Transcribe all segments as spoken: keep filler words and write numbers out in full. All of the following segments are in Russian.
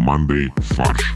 командой «Фарш».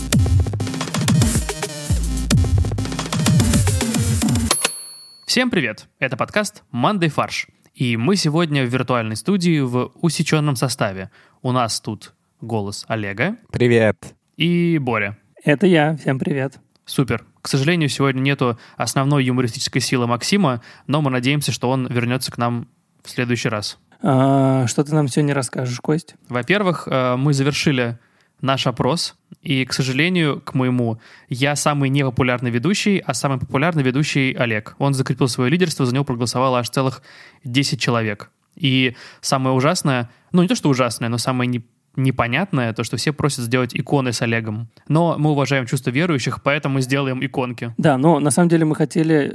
Всем привет! Это подкаст «Мандай фарш». И мы сегодня в виртуальной студии в усеченном составе. У нас тут голос Олега. Привет. И Боря. Это я. Всем привет. Супер. К сожалению, сегодня нету основной юмористической силы Максима, но мы надеемся, что он вернется к нам в следующий раз. А, что ты нам сегодня расскажешь, Кость? Во-первых, мы завершили наш опрос, и, к сожалению, к моему, я самый непопулярный ведущий, а самый популярный ведущий Олег. Он закрепил свое лидерство, за него проголосовало аж целых десять человек. И самое ужасное, ну не то, что ужасное, но самое не, непонятное, то, что все просят сделать иконы с Олегом. Но мы уважаем чувства верующих, поэтому сделаем иконки. Да, но на самом деле мы хотели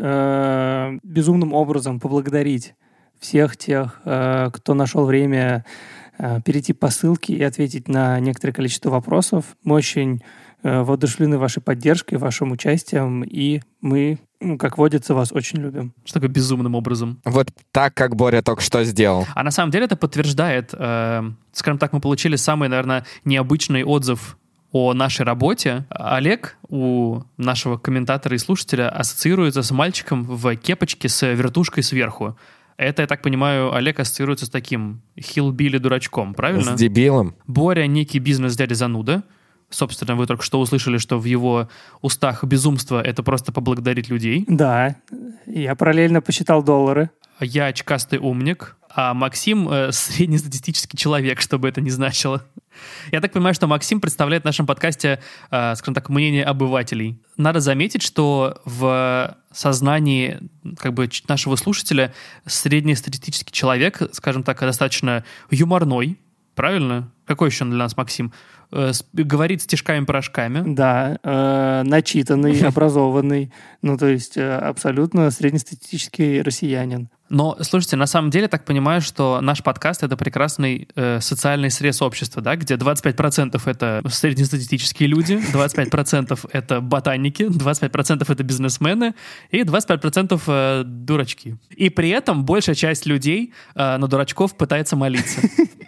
э, безумным образом поблагодарить всех тех, э, кто нашел время перейти по ссылке и ответить на некоторое количество вопросов. Мы очень э, воодушевлены вашей поддержкой, вашим участием, и мы, ну, как водится, вас очень любим. Что такое безумным образом? Вот так, как Боря только что сделал. А на самом деле это подтверждает, э, скажем так, мы получили самый, наверное, необычный отзыв о нашей работе. Олег у нашего комментатора и слушателя ассоциируется с мальчиком в кепочке с вертушкой сверху. Это, я так понимаю, Олег ассоциируется с таким хиллбилли-дурачком, правильно? С дебилом. Боря — некий бизнес-дядя-зануда. Собственно, вы только что услышали, что в его устах безумство — это просто поблагодарить людей. Да, я параллельно посчитал доллары. Я очкастый умник, а Максим э, — среднестатистический человек, что бы это ни значило. Я так понимаю, что Максим представляет в нашем подкасте, э, скажем так, мнение обывателей. Надо заметить, что в сознании как бы нашего слушателя среднестатистический человек, скажем так, достаточно юморной, правильно? Какой еще он для нас Максим? Э, с, говорит стишками-порошками. Да, э, начитанный, образованный, ну то есть э, абсолютно среднестатистический россиянин. Но, слушайте, на самом деле, так понимаю, что наш подкаст — это прекрасный э, социальный срез общества, да, где двадцать пять процентов это среднестатистические люди, двадцать пять процентов это ботаники, двадцать пять процентов это бизнесмены и двадцать пять процентов э, дурачки. И при этом большая часть людей э, на дурачков пытается молиться.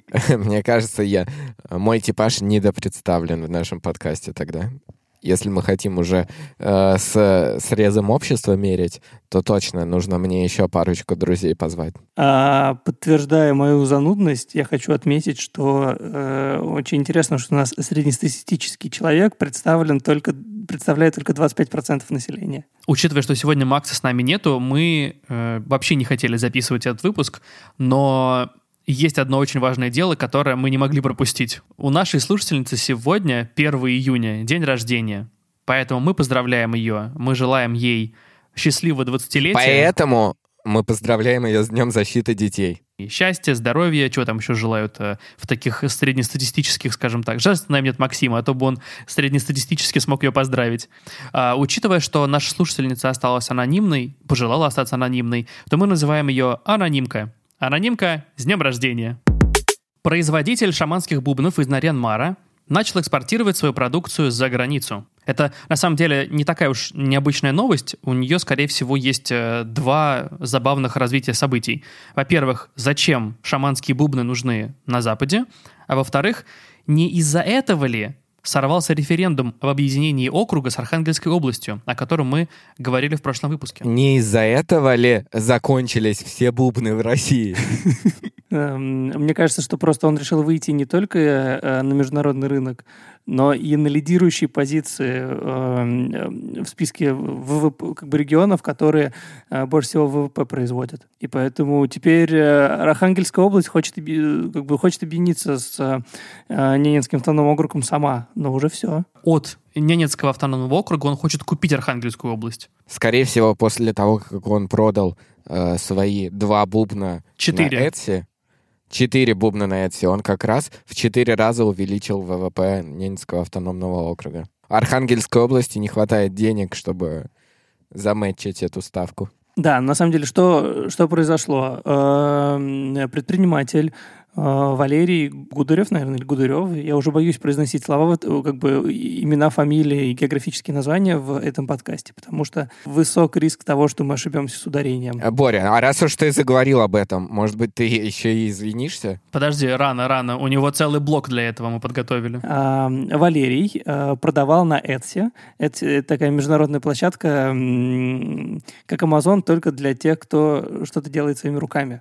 Мне кажется, я мой типаж недопредставлен в нашем подкасте тогда. Если мы хотим уже э, с срезом общества мерить, то точно нужно мне еще парочку друзей позвать. А, подтверждая мою занудность, я хочу отметить, что э, очень интересно, что у нас среднестатистический человек представлен только, представляет только двадцать пять процентов населения. Учитывая, что сегодня Макса с нами нету, мы э, вообще не хотели записывать этот выпуск, но есть одно очень важное дело, которое мы не могли пропустить. У нашей слушательницы сегодня первого июня, день рождения. Поэтому мы поздравляем ее, мы желаем ей счастливого двадцатилетия. Поэтому мы поздравляем ее с Днем защиты детей. И счастья, здоровья, чего там еще желают э, в таких среднестатистических, скажем так. Жаль, что нам нет Максима, а то бы он среднестатистически смог ее поздравить. А, учитывая, что наша слушательница осталась анонимной, пожелала остаться анонимной, то мы называем ее анонимка. Анонимка, с днем рождения. Производитель шаманских бубнов из Нарьян-Мара начал экспортировать свою продукцию за границу. Это, на самом деле, не такая уж необычная новость. У нее, скорее всего, есть э, два забавных развития событий. Во-первых, зачем шаманские бубны нужны на Западе? А во-вторых, не из-за этого ли сорвался референдум об объединении округа с Архангельской областью, о котором мы говорили в прошлом выпуске? Не из-за этого ли закончились все бубны в России? Мне кажется, что просто он решил выйти не только на международный рынок, но и на лидирующие позиции в списке ВВП, как бы, регионов, которые больше всего ВВП производят. И поэтому теперь Архангельская область хочет, как бы, хочет объединиться с Ненецким автономным округом сама, но уже все. От Ненецкого автономного округа он хочет купить Архангельскую область. Скорее всего, после того, как он продал э, свои два бубна Четыре. на Etsy, четыре бубна на Etsy, он как раз в четыре раза увеличил ВВП Ненецкого автономного округа. Архангельской области не хватает денег, чтобы замэтчить эту ставку. Да, на самом деле, что, что произошло? Предприниматель Валерий Гударев, наверное, или Гудырев. Я уже боюсь произносить слова, как бы имена, фамилии и географические названия в этом подкасте, потому что высок риск того, что мы ошибемся с ударением. Боря, а раз уж ты заговорил об этом, может быть, ты еще и извинишься? Подожди, рано, рано. У него целый блок для этого мы подготовили. А, Валерий а, продавал на Etsy. Это такая международная площадка, как Amazon, только для тех, кто что-то делает своими руками.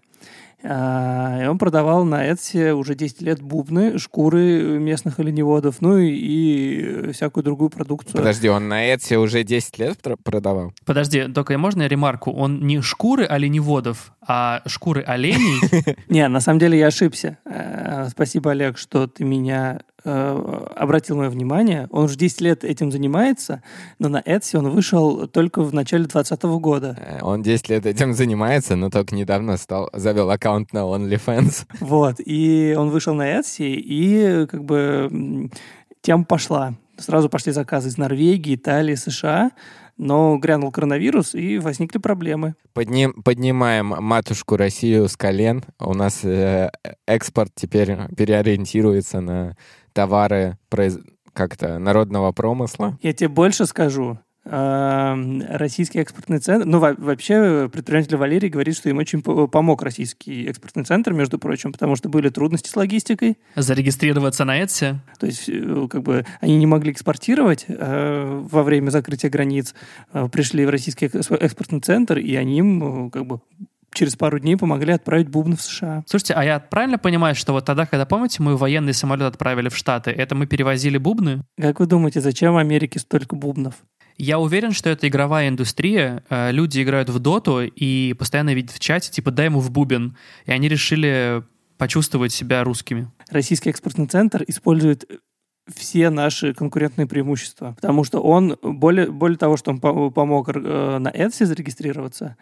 И он продавал на Etsy уже десять лет бубны, шкуры местных оленеводов, ну и, и всякую другую продукцию. Подожди, он на Etsy уже десять лет продавал? Подожди, только можно ремарку? Он не шкуры оленеводов, а шкуры оленей? Не, на самом деле я ошибся. Спасибо, Олег, что ты меня обратил мое внимание. Он уже десять лет этим занимается, но на Etsy он вышел только в начале двадцатого года. Он десять лет этим занимается, но только недавно стал, завел аккаунт на OnlyFans. Вот, и он вышел на Etsy, и как бы тема пошла. Сразу пошли заказы из Норвегии, Италии, США, но грянул коронавирус, и возникли проблемы. Подним, поднимаем матушку Россию с колен. У нас э, экспорт теперь переориентируется на товары произ... как-то народного промысла. Я тебе больше скажу. Российский экспортный центр, ну, вообще, предприниматель Валерий говорит, что им очень помог российский экспортный центр, между прочим, потому что были трудности с логистикой. Зарегистрироваться на Etsy? То есть, как бы, они не могли экспортировать э, во время закрытия границ, э, пришли в российский экспортный центр, и они им, как бы, через пару дней помогли отправить бубны в США. Слушайте, а я правильно понимаю, что вот тогда, когда, помните, мы военный самолет отправили в Штаты, это мы перевозили бубны? Как вы думаете, зачем в Америке столько бубнов? Я уверен, что это игровая индустрия. Люди играют в доту и постоянно видят в чате, типа, дай ему в бубен. И они решили почувствовать себя русскими. Российский экспортный центр использует все наши конкурентные преимущества. Потому что он, более, более того, что он помог на Etsy зарегистрироваться,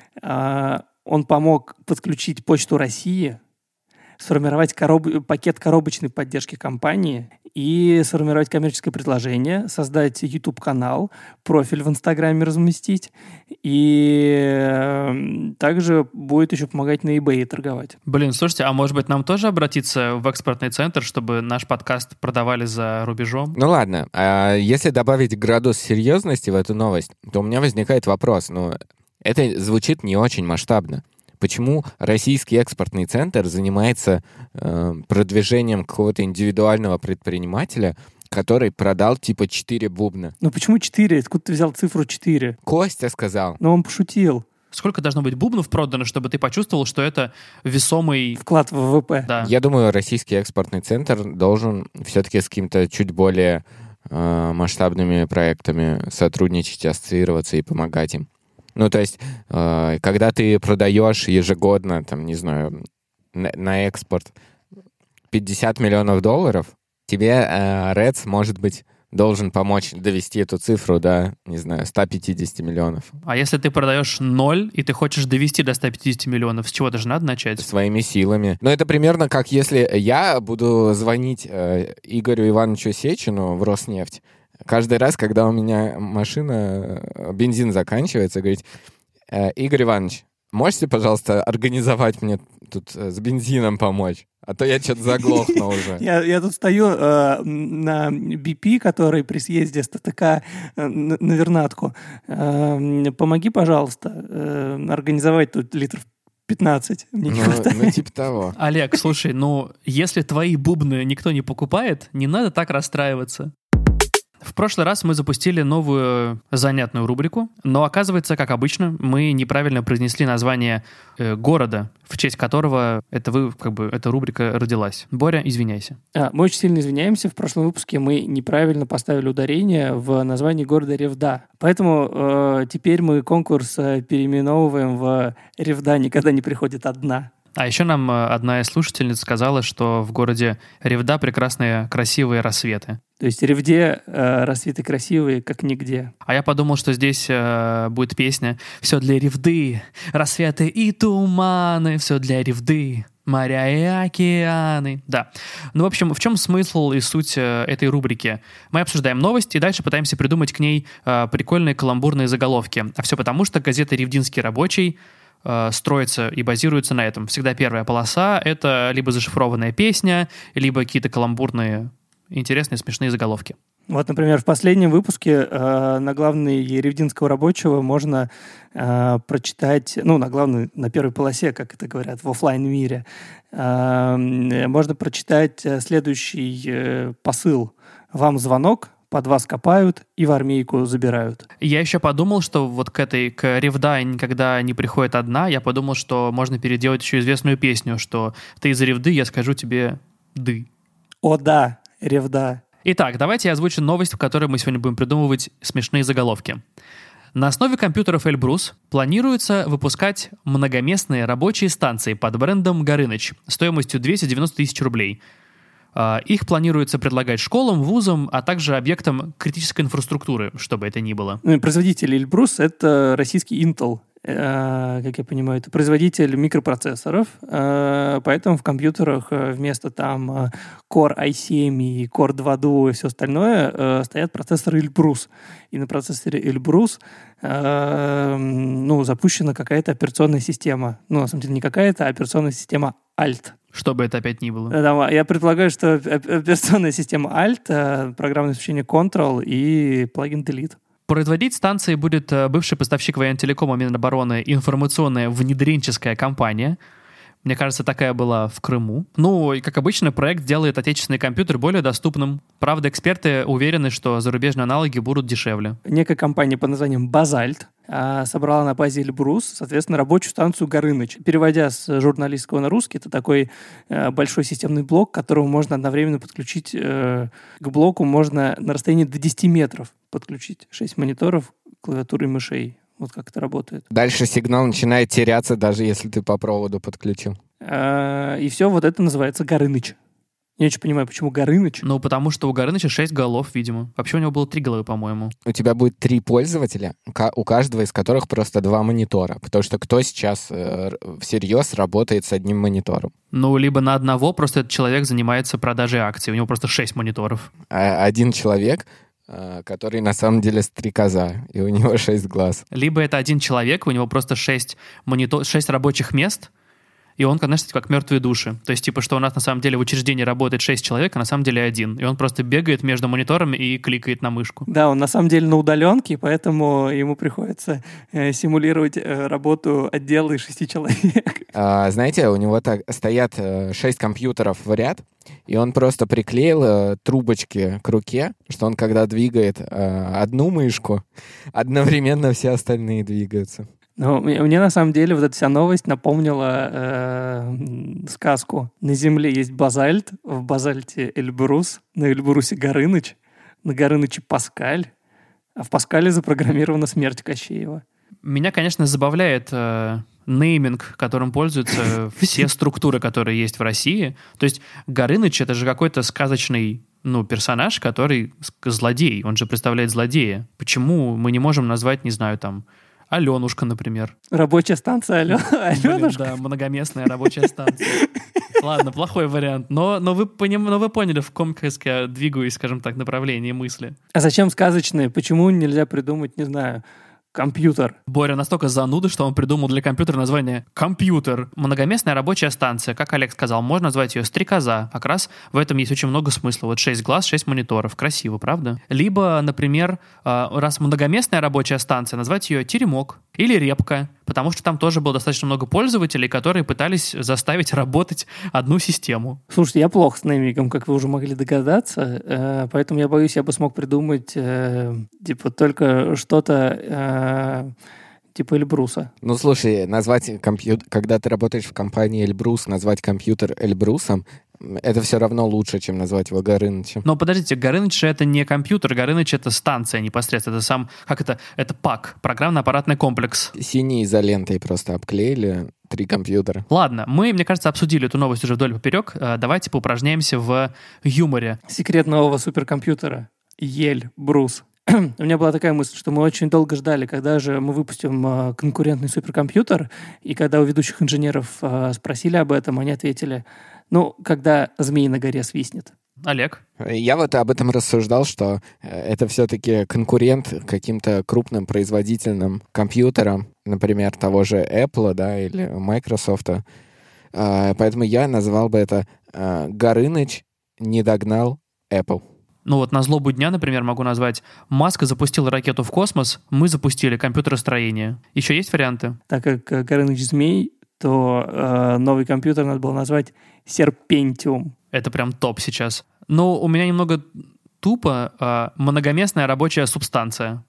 он помог подключить Почту России, сформировать короб... пакет коробочной поддержки компании и сформировать коммерческое предложение, создать YouTube-канал, профиль в Инстаграме разместить, и также будет еще помогать на eBay торговать. Блин, слушайте, а может быть нам тоже обратиться в экспортный центр, чтобы наш подкаст продавали за рубежом? Ну ладно, а если добавить градус серьезности в эту новость, то у меня возникает вопрос, ну, это звучит не очень масштабно. Почему российский экспортный центр занимается э, продвижением какого-то индивидуального предпринимателя, который продал типа четыре бубна? Ну почему четыре? Откуда ты взял цифру четыре? Костя сказал. Ну он пошутил. Сколько должно быть бубнов продано, чтобы ты почувствовал, что это весомый... Вклад в ВВП. Да. Я думаю, российский экспортный центр должен все-таки с каким-то чуть более э, масштабными проектами сотрудничать, ассоциироваться и помогать им. Ну, то есть, э, когда ты продаешь ежегодно, там, не знаю, на, на экспорт пятьдесят миллионов долларов, тебе э, Reds, может быть, должен помочь довести эту цифру до, не знаю, сто пятьдесят миллионов. А если ты продаешь ноль, и ты хочешь довести до ста пятидесяти миллионов, с чего-то же надо начать? Своими силами. Но это примерно как если я буду звонить э, Игорю Ивановичу Сечину в Роснефть, каждый раз, когда у меня машина, бензин заканчивается, говорить: Игорь Иванович, можете, пожалуйста, организовать мне тут с бензином помочь? А то я что-то заглохну уже. Я, я тут стою э, на би пи, который при съезде с ТТК э, на, на Вернадку. Э, помоги, пожалуйста, э, организовать тут литров пятнадцать. Мне не ну, хватает. Ну, типа того. Олег, слушай, ну, если твои бубны никто не покупает, не надо так расстраиваться. В прошлый раз мы запустили новую занятную рубрику, но оказывается, как обычно, мы неправильно произнесли название э, города, в честь которого это вы, как бы, эта рубрика родилась. Боря, извиняйся. А, мы очень сильно извиняемся. В прошлом выпуске мы неправильно поставили ударение в названии города Ревда. Поэтому э, теперь мы конкурс э, переименовываем в «Ревда никогда не приходит одна». А еще нам одна из слушательниц сказала, что в городе Ревда прекрасные, красивые рассветы. То есть Ревде э, рассветы красивые, как нигде. А я подумал, что здесь э, будет песня «Все для Ревды, рассветы и туманы, все для Ревды, моря и океаны». Да. Ну, в общем, в чем смысл и суть э, этой рубрики? Мы обсуждаем новость и дальше пытаемся придумать к ней э, прикольные каламбурные заголовки. А все потому, что газета «Ревдинский рабочий» э, строится и базируется на этом. Всегда первая полоса — это либо зашифрованная песня, либо какие-то каламбурные, интересные, смешные заголовки. Вот, например, в последнем выпуске э, на главной ревдинского рабочего можно э, прочитать, ну, на главной, на первой полосе, как это говорят, в офлайн мире, э, можно прочитать следующий э, посыл. Вам звонок, под вас копают и в армейку забирают. Я еще подумал, что вот к этой, к ревда никогда не приходит одна, я подумал, что можно переделать еще известную песню, что ты из-за ревды, я скажу тебе ды. О да, ревда. Итак, давайте я озвучу новость, в которой мы сегодня будем придумывать смешные заголовки. На основе компьютеров Эльбрус планируется выпускать многоместные рабочие станции под брендом Горыныч стоимостью двести девяносто тысяч рублей. Их планируется предлагать школам, вузам, а также объектам критической инфраструктуры, чтобы это ни было. Ну, производитель Эльбрус — это российский Intel. Как я понимаю, это производитель микропроцессоров, поэтому в компьютерах вместо там Core ай семь и Core два Duo и все остальное стоят процессоры Эльбрус. И на процессоре Эльбрус ну, запущена какая-то операционная система. Ну, на самом деле, не какая-то, а операционная система Alt. Что бы это опять ни было. Да, я предполагаю, что операционная система Alt, программное обеспечение Control и плагин Delete. Производить станции будет бывший поставщик военно-телекома Минобороны информационная внедренческая компания. Мне кажется, такая была в Крыму. Ну, и, как обычно, проект делает отечественный компьютер более доступным. Правда, эксперты уверены, что зарубежные аналоги будут дешевле. Некая компания под названием «Базальт» собрала на базе Эльбрус, соответственно, рабочую станцию «Горыныч». Переводя с журналистского на русский, это такой большой системный блок, к которому можно одновременно подключить, к блоку можно на расстоянии до десяти метров подключить шесть мониторов, клавиатуры и мышей. Вот как это работает. Дальше сигнал начинает теряться, даже если ты по проводу подключил. И все, вот это называется Горыныч. Я не очень понимаю, почему Горыныч. Ну, потому что у Горыныча шесть голов, видимо. Вообще у него было три головы, по-моему. У тебя будет три пользователя, у каждого из которых просто два монитора. Потому что кто сейчас э, всерьез работает с одним монитором? Ну, либо на одного просто этот человек занимается продажей акций. У него просто шесть мониторов. А один человек, который на самом деле стрекоза, и у него шесть глаз. Либо это один человек, у него просто шесть, монитор... шесть рабочих мест, и он, конечно, как мертвые души. То есть, типа, что у нас на самом деле в учреждении работает шесть человек, а на самом деле один. И он просто бегает между мониторами и кликает на мышку. Да, он на самом деле на удаленке, поэтому ему приходится э, симулировать э, работу отдела из шести человек. А, знаете, у него так стоят э, шесть компьютеров в ряд, и он просто приклеил э, трубочки к руке, что он, когда двигает э, одну мышку, одновременно все остальные двигаются. Ну, мне, мне на самом деле вот эта вся новость напомнила э, сказку. На Земле есть базальт, в базальте Эльбрус, на Эльбрусе Горыныч, на Горыныче Паскаль, а в Паскале запрограммирована смерть Кощеева. Меня, конечно, забавляет э, нейминг, которым пользуются все структуры, которые есть в России. То есть Горыныч — это же какой-то сказочный ну, персонаж, который злодей. Он же представляет злодея. Почему мы не можем назвать, не знаю, там, Аленушка, например. Рабочая станция Алё... Аленушка? Блин, да, многоместная рабочая станция. Ладно, плохой вариант. Но, но, вы поним... но вы поняли, в каком я двигаюсь, скажем так, направлении мысли. А зачем сказочные? Почему нельзя придумать, не знаю, компьютер? Боря настолько зануда, что он придумал для компьютера название «компьютер». Многоместная рабочая станция, как Олег сказал, можно назвать ее «стрекоза». Как раз в этом есть очень много смысла. Вот шесть глаз, шесть мониторов. Красиво, правда? Либо, например, раз многоместная рабочая станция, назвать ее «теремок» или «репка», потому что там тоже было достаточно много пользователей, которые пытались заставить работать одну систему. Слушайте, я плохо с неймингом, как вы уже могли догадаться, поэтому я боюсь, я бы смог придумать типа только что-то типа Эльбруса. Ну, слушай, назвать компьютер, когда ты работаешь в компании Эльбрус, назвать компьютер Эльбрусом, это все равно лучше, чем назвать его Горынычем. Но подождите, Горыныч — это не компьютер, Горыныч — это станция непосредственно, это сам, как это, это пак, программно-аппаратный комплекс. Синей изолентой просто обклеили три компьютера. Ладно, мы, мне кажется, обсудили эту новость уже вдоль и поперек, давайте поупражняемся в юморе. Секрет нового суперкомпьютера. Эльбрус. У меня была такая мысль, что мы очень долго ждали, когда же мы выпустим э, конкурентный суперкомпьютер, и когда у ведущих инженеров э, спросили об этом, они ответили, ну, когда змей на горе свистнет. Олег? Я вот об этом рассуждал, что это все-таки конкурент каким-то крупным производительным компьютерам, например, того же Apple, да, или Microsoft. Поэтому я назвал бы это «Горыныч не догнал Apple». Ну вот на злобу дня, например, могу назвать «Маск запустил ракету в космос, мы запустили компьютеростроение». Еще есть варианты? Так как Горыныч змей, то э, новый компьютер надо было назвать «Серпентиум». Это прям топ сейчас. Но у меня немного тупо э, многоместная рабочая субстанция.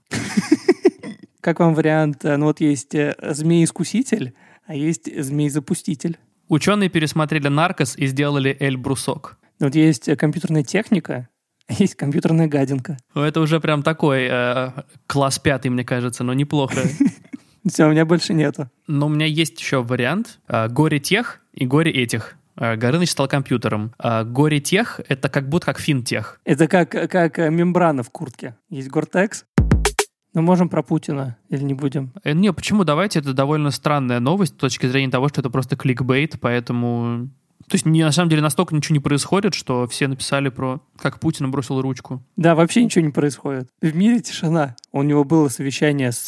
Как вам вариант? Ну вот есть змей-искуситель, а есть змей-запуститель. Ученые пересмотрели «Наркос» и сделали «Эльбрусок». Вот есть компьютерная техника, а есть компьютерная гадинка. Это уже прям такой э, класс пятый, мне кажется, но неплохо. Все, у меня больше нету. Но у меня есть еще вариант. Э, горе тех и горе этих. Э, Горыныч стал компьютером. Э, горе тех — это как будто как финтех. Это как, как мембрана в куртке. Есть Гортекс. Ну, можем про Путина или не будем? Э, не, почему? Давайте, это довольно странная новость с точки зрения того, что это просто кликбейт, поэтому... То есть, не, на самом деле, настолько ничего не происходит, что все написали про как Путин бросил ручку. Да, вообще ничего не происходит. В мире тишина. У него было совещание с...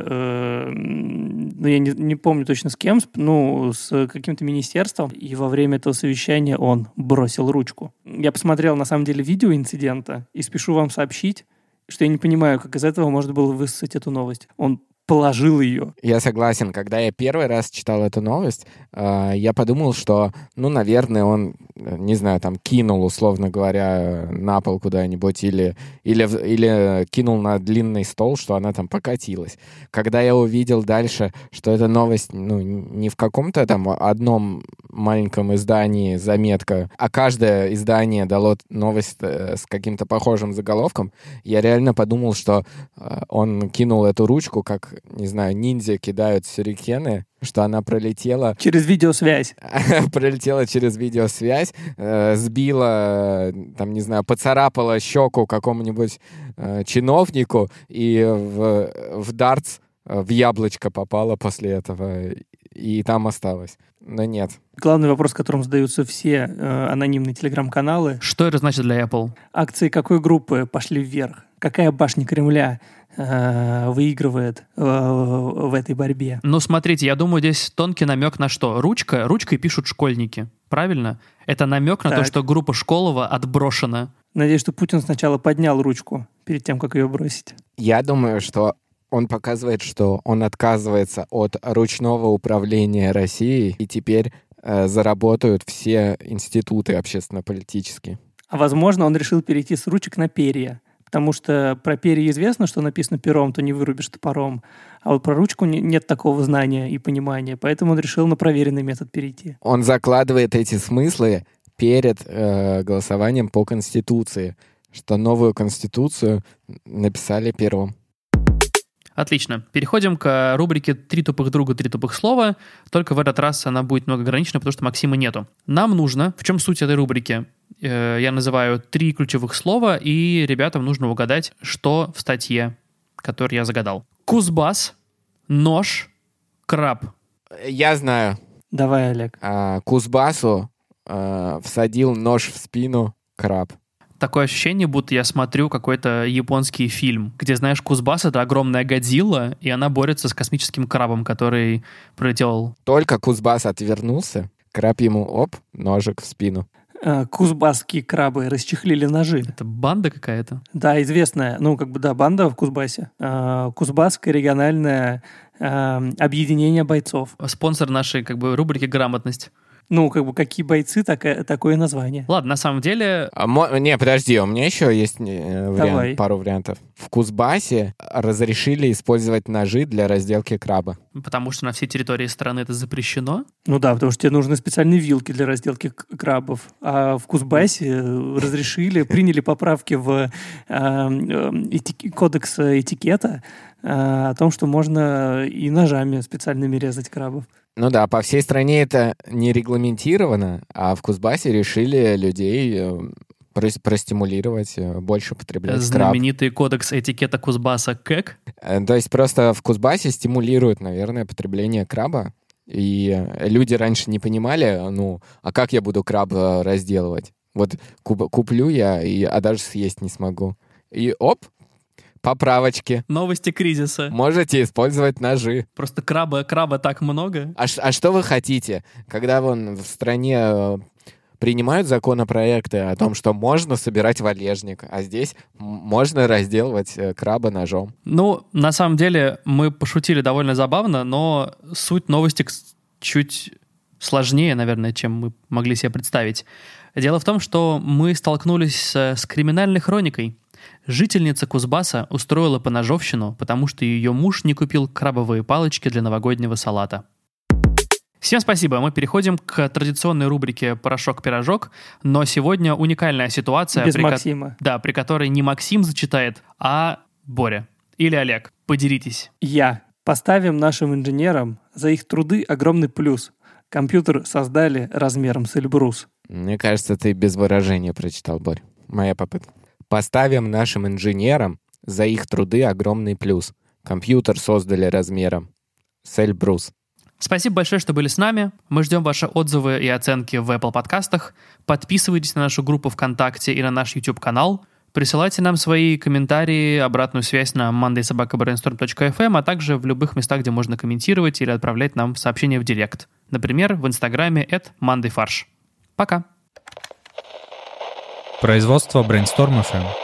Э, ну, я не, не помню точно с кем, ну, с каким-то министерством, и во время этого совещания он бросил ручку. Я посмотрел, на самом деле, видео инцидента, и спешу вам сообщить, что я не понимаю, как из этого можно было высосать эту новость. Он положил ее. Я согласен. Когда я первый раз читал эту новость, э, я подумал, что, ну, наверное, он, не знаю, там, кинул, условно говоря, на пол куда-нибудь или, или, или кинул на длинный стол, что она там покатилась. Когда я увидел дальше, что эта новость, ну, не в каком-то там одном маленьком издании заметка, а каждое издание дало новость э, с каким-то похожим заголовком, я реально подумал, что э, он кинул эту ручку, как, не знаю, ниндзя кидают сюрикены, что она пролетела... Через видеосвязь. Пролетела через видеосвязь, э, сбила, там, не знаю, поцарапала щеку какому-нибудь э, чиновнику и в, в дартс, в яблочко попала после этого, и там осталась. Но нет. Главный вопрос, которым задаются все э, анонимные телеграм-каналы. Что это значит для Apple? Акции какой группы пошли вверх? Какая башня Кремля э, выигрывает э, в этой борьбе? Ну, смотрите, я думаю, здесь тонкий намек на что? Ручка, ручкой пишут школьники, правильно? Это намек на так. то, что группа Школова отброшена. Надеюсь, что Путин сначала поднял ручку перед тем, как ее бросить. Я думаю, что он показывает, что он отказывается от ручного управления Россией, и теперь э, заработают все институты общественно-политические. А возможно, он решил перейти с ручек на перья. Потому что про перья известно, что написано пером, то не вырубишь топором. А вот про ручку не, нет такого знания и понимания. Поэтому он решил на проверенный метод перейти. Он закладывает эти смыслы перед э, голосованием по Конституции, что новую Конституцию написали первым. Отлично. Переходим к рубрике «Три тупых друга, три тупых слова». Только в этот раз она будет многогранична, потому что Максима нету. Нам нужно... В чем суть этой рубрики? Э, я называю три ключевых слова, и ребятам нужно угадать, что в статье, которую я загадал. Кузбасс, нож, краб. Я знаю. Давай, Олег. А, Кузбассу а, всадил нож в спину краб. Такое ощущение, будто я смотрю какой-то японский фильм, где, знаешь, Кузбасс — это огромная Годзилла, и она борется с космическим крабом, который пролетел. Только Кузбасс отвернулся, краб ему, оп, ножик в спину. Кузбасские крабы расчехлили ножи. Это банда какая-то? Да, известная, ну, как бы, да, банда в Кузбассе. Кузбасское региональное объединение бойцов. Спонсор нашей, как бы, рубрики «Грамотность». Ну, как бы, какие бойцы, такое, такое название. Ладно, на самом деле... А, мо- не, подожди, у меня еще есть э, вариант, пару вариантов. В Кузбассе разрешили использовать ножи для разделки краба. Потому что на всей территории страны это запрещено? Ну да, потому что тебе нужны специальные вилки для разделки к- крабов. А в Кузбассе разрешили, приняли поправки в э, этик- кодекс этикета э, о том, что можно и ножами специальными резать крабов. Ну да, по всей стране это не регламентировано, а в Кузбассе решили людей э, прос- простимулировать, э, больше потреблять краб. Знаменитый кодекс этикета Кузбасса как? Э, То есть просто в Кузбассе стимулируют, наверное, потребление краба. И люди раньше не понимали, ну, а как я буду краб э, разделывать? Вот куп- куплю я, и, а даже съесть не смогу. И оп, поправочки. Новости кризиса. Можете использовать ножи. Просто краба, краба так много. А, ш- а что вы хотите, когда вон в стране э, принимают законопроекты о том, что можно собирать валежник, а здесь м- можно разделывать э, краба ножом? Ну, на самом деле, мы пошутили довольно забавно, но суть новости чуть сложнее, наверное, чем мы могли себе представить. Дело в том, что мы столкнулись с, с криминальной хроникой. Жительница Кузбасса устроила поножовщину, потому что ее муж не купил крабовые палочки для новогоднего салата. Всем спасибо. Мы переходим к традиционной рубрике «Порошок-пирожок», но сегодня уникальная ситуация, Без при, Максима. ко- да, при которой не Максим зачитает, а Боря или Олег. Поделитесь. Я. Поставим нашим инженерам за их труды огромный плюс. Компьютер создали размером с Эльбрус. Мне кажется, ты без выражения прочитал, Борь. Моя попытка. Поставим нашим инженерам за их труды огромный плюс. Компьютер создали размером с Эльбрус. Спасибо большое, что были с нами. Мы ждем ваши отзывы и оценки в Apple подкастах. Подписывайтесь на нашу группу ВКонтакте и на наш YouTube-канал. Присылайте нам свои комментарии, обратную связь на monday собака brainstorm точка эф эм, а также в любых местах, где можно комментировать или отправлять нам сообщения в директ. Например, в инстаграме at mondayfarsh. Пока. Производство Brainstorm эф эм.